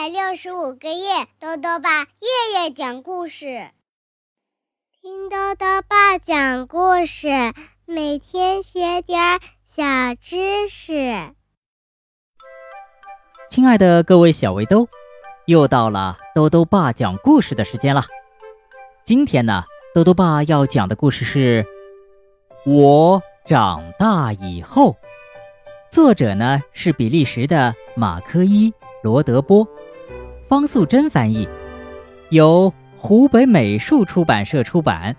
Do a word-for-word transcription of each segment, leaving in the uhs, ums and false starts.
百六十五个夜，豆豆爸夜夜讲故事。听豆豆爸讲故事，每天学点小知识。 亲爱的各位小围兜，又到了豆豆爸讲故事的时间了。今天呢，豆豆爸要讲的故事是我长大以后。作者呢是比利时的马科伊罗德波，方素珍翻译，由湖北美术出版社出版。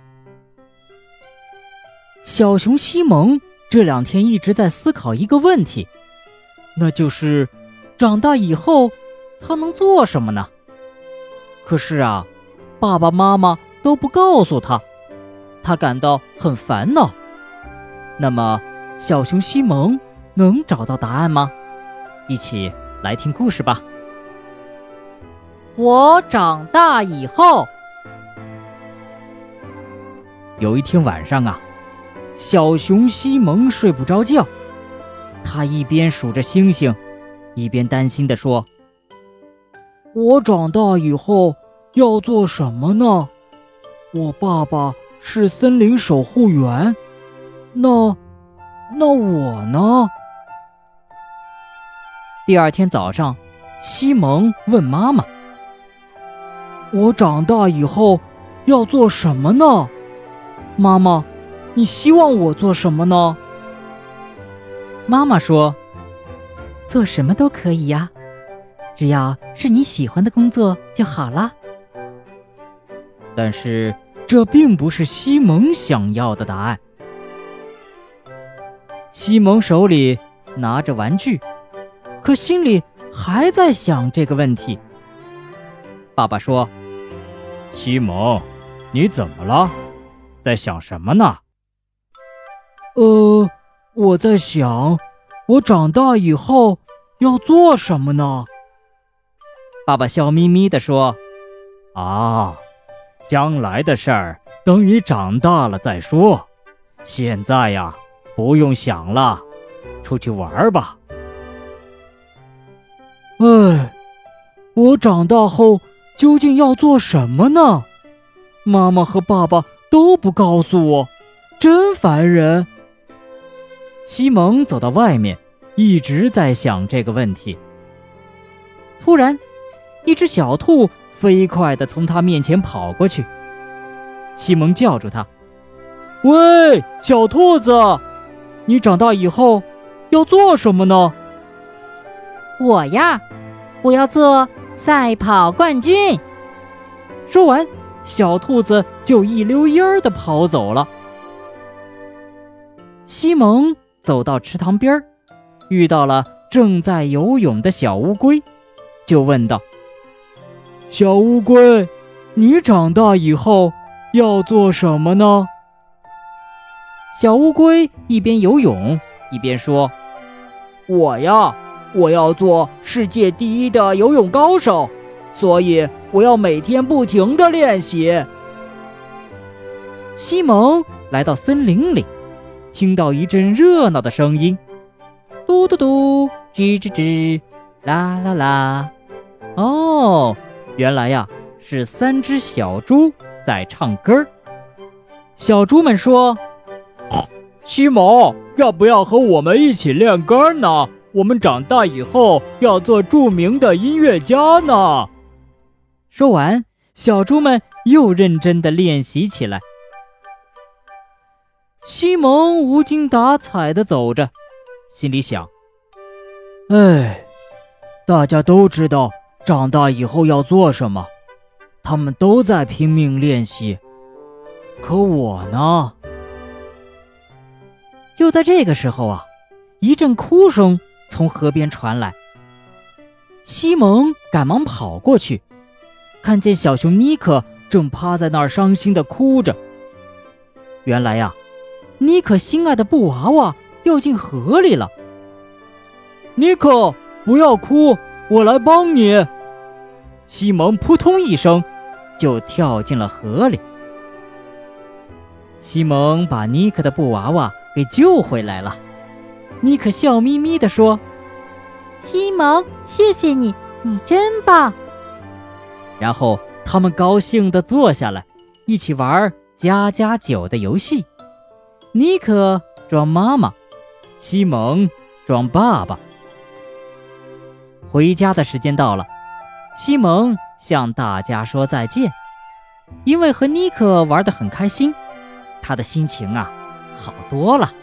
小熊西蒙这两天一直在思考一个问题，那就是长大以后他能做什么呢？可是啊，爸爸妈妈都不告诉他，他感到很烦恼。那么小熊西蒙能找到答案吗？一起来听故事吧。我长大以后。有一天晚上啊，小熊西蒙睡不着觉，他一边数着星星，一边担心地说：我长大以后要做什么呢？我爸爸是森林守护员，那那我呢？第二天早上，西蒙问妈妈：我长大以后要做什么呢？妈妈，你希望我做什么呢？妈妈说：做什么都可以呀，只要是你喜欢的工作就好了。但是这并不是西蒙想要的答案。西蒙手里拿着玩具，可心里还在想这个问题。爸爸说：西蒙，你怎么了？在想什么呢？呃，我在想，我长大以后要做什么呢？爸爸笑眯眯地说：啊，将来的事儿等你长大了再说，现在呀，不用想了，出去玩吧。唉，我长大后究竟要做什么呢？妈妈和爸爸都不告诉我，真烦人。西蒙走到外面，一直在想这个问题。突然，一只小兔飞快地从他面前跑过去。西蒙叫住他：喂，小兔子，你长大以后要做什么呢？我呀，我要做赛跑冠军。说完，小兔子就一溜烟儿地跑走了。西蒙走到池塘边，遇到了正在游泳的小乌龟，就问道：小乌龟，你长大以后要做什么呢？小乌龟一边游泳一边说：我呀，我要做世界第一的游泳高手，所以我要每天不停地练习。西蒙来到森林里，听到一阵热闹的声音，嘟嘟嘟，吱吱吱，啦啦啦。哦，原来呀，是三只小猪在唱歌。小猪们说：西蒙，要不要和我们一起练歌呢？我们长大以后要做著名的音乐家呢。说完，小猪们又认真地练习起来。西蒙无精打采地走着，心里想：哎，大家都知道长大以后要做什么，他们都在拼命练习，可我呢？就在这个时候啊，一阵哭声从河边传来。西蒙赶忙跑过去，看见小熊尼克正趴在那儿伤心地哭着。原来呀，尼克心爱的布娃娃掉进河里了。尼克，不要哭，我来帮你。西蒙扑通一声就跳进了河里。西蒙把尼克的布娃娃给救回来了。尼克笑眯眯地说：西蒙，谢谢你， 你真棒。 然后他们高兴地坐下来，一起玩家家酒的游戏。尼克装妈妈，西蒙装爸爸。回家的时间到了，西蒙向大家说再见。因为和尼克玩得很开心，他的心情啊好多了。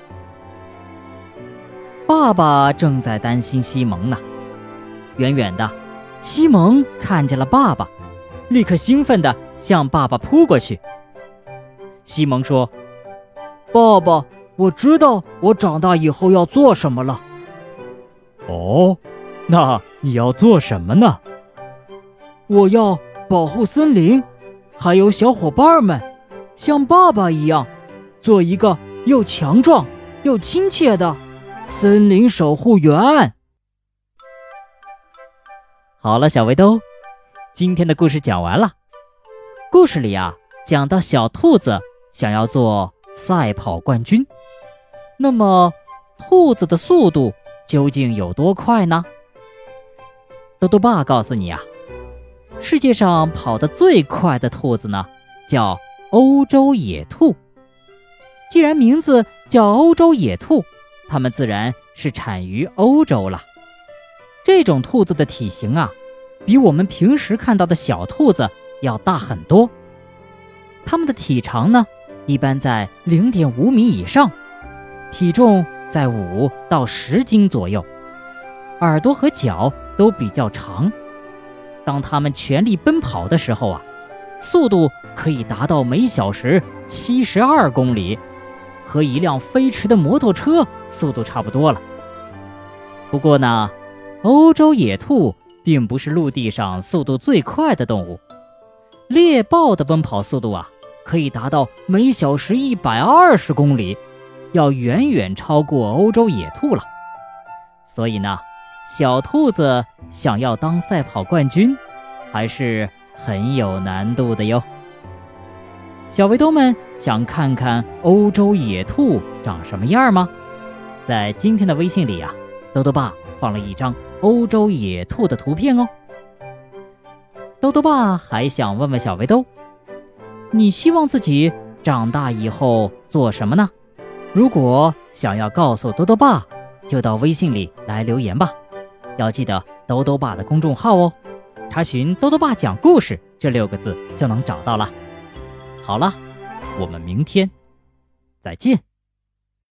爸爸正在担心西蒙呢。远远的，西蒙看见了爸爸，立刻兴奋地向爸爸扑过去。西蒙说：爸爸，我知道我长大以后要做什么了。哦，那你要做什么呢？我要保护森林，还有小伙伴们，像爸爸一样，做一个又强壮又亲切的森林守护员。好了，小围兜，今天的故事讲完了。故事里啊，讲到小兔子想要做赛跑冠军，那么兔子的速度究竟有多快呢？豆豆爸告诉你啊，世界上跑得最快的兔子呢，叫欧洲野兔。既然名字叫欧洲野兔，它们自然是产于欧洲了。这种兔子的体型啊，比我们平时看到的小兔子要大很多。它们的体长呢，一般在 零点五米以上，体重在五到十斤左右，耳朵和脚都比较长。当它们全力奔跑的时候啊，速度可以达到每小时七十二公里，和一辆飞驰的摩托车速度差不多了。不过呢，欧洲野兔并不是陆地上速度最快的动物，猎豹的奔跑速度啊，可以达到每小时一百二十公里，要远远超过欧洲野兔了。所以呢，小兔子想要当赛跑冠军，还是很有难度的哟。小围兜们想看看欧洲野兔长什么样吗？在今天的微信里啊，豆豆爸放了一张欧洲野兔的图片哦。豆豆爸还想问问小围兜，你希望自己长大以后做什么呢？如果想要告诉豆豆爸，就到微信里来留言吧。要记得豆豆爸的公众号哦，查询豆豆爸讲故事这六个字就能找到了。好了，我们明天再见。